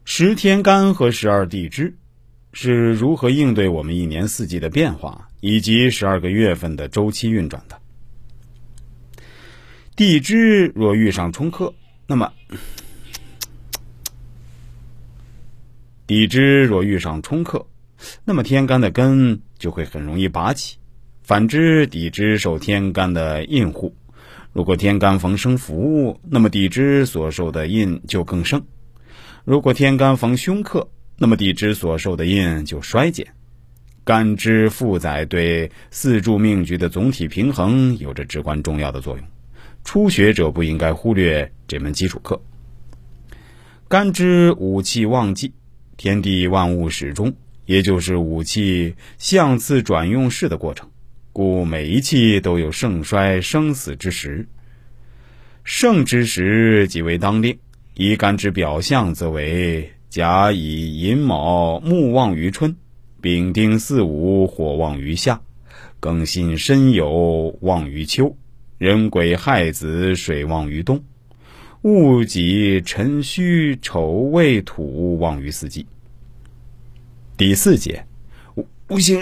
10天干和12地支是如何应对我们一年四季的变化，以及12个月份的周期运转的。地支若遇上冲克，那么天干的根就会很容易拔起。反之，地支受天干的印护，如果天干逢生福，那么地支所受的印就更盛；如果天干逢凶克，那么地支所受的印就衰减。干支负载对四柱命局的总体平衡有着至关重要的作用，初学者不应该忽略这门基础课。干支五气旺季，天地万物始终，也就是五气相次转用式的过程，故每一气都有盛衰生死之时。盛之时即为当令，以干支表象则为甲乙寅卯木旺于春，丙丁巳午火旺于夏，庚辛申酉旺于秋，壬癸亥子水旺于冬，戊己辰戌丑未土旺于四季。第4节，五行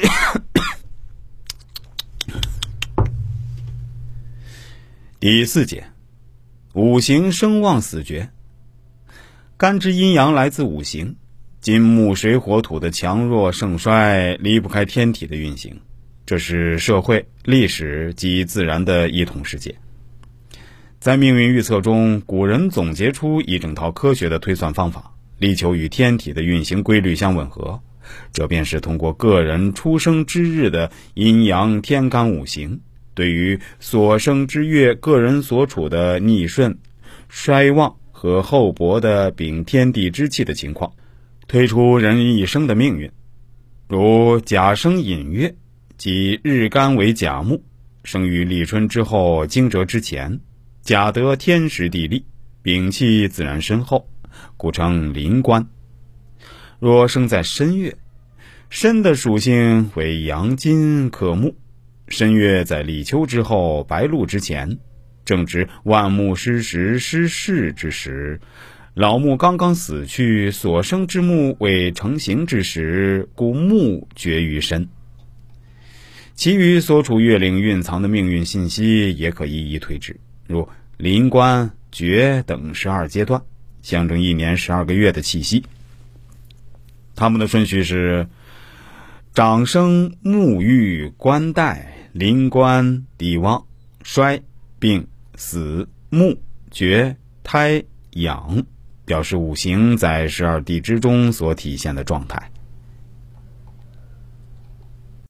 第4节，五行生旺死绝。干支阴阳来自五行，金木水火土的强弱盛衰离不开天体的运行，这是社会、历史及自然的一统世界。在命运预测中，古人总结出一整套科学的推算方法，力求与天体的运行规律相吻合，这便是通过个人出生之日的阴阳天干五行，对于所生之月个人所处的逆顺、衰旺和厚薄的丙天地之气的情况，推出人一生的命运。如甲生寅月，即日干为甲木，生于立春之后惊蛰之前，甲得天时地利，丙气自然深厚，故称临官。若生在申月，申的属性为阳金克木，申月在立秋之后白露之前，正值万木失时失势之时，老木刚刚死去，所生之木未成形之时，故木绝于申。其余所处月令蕴藏的命运信息也可一一推知，如临官、绝等12阶段，象征一年12个月的气息。它们的顺序是长生、沐浴、官带、临官、地旺、衰、病、死、木、绝、胎、养，表示五行在12地支中所体现的状态。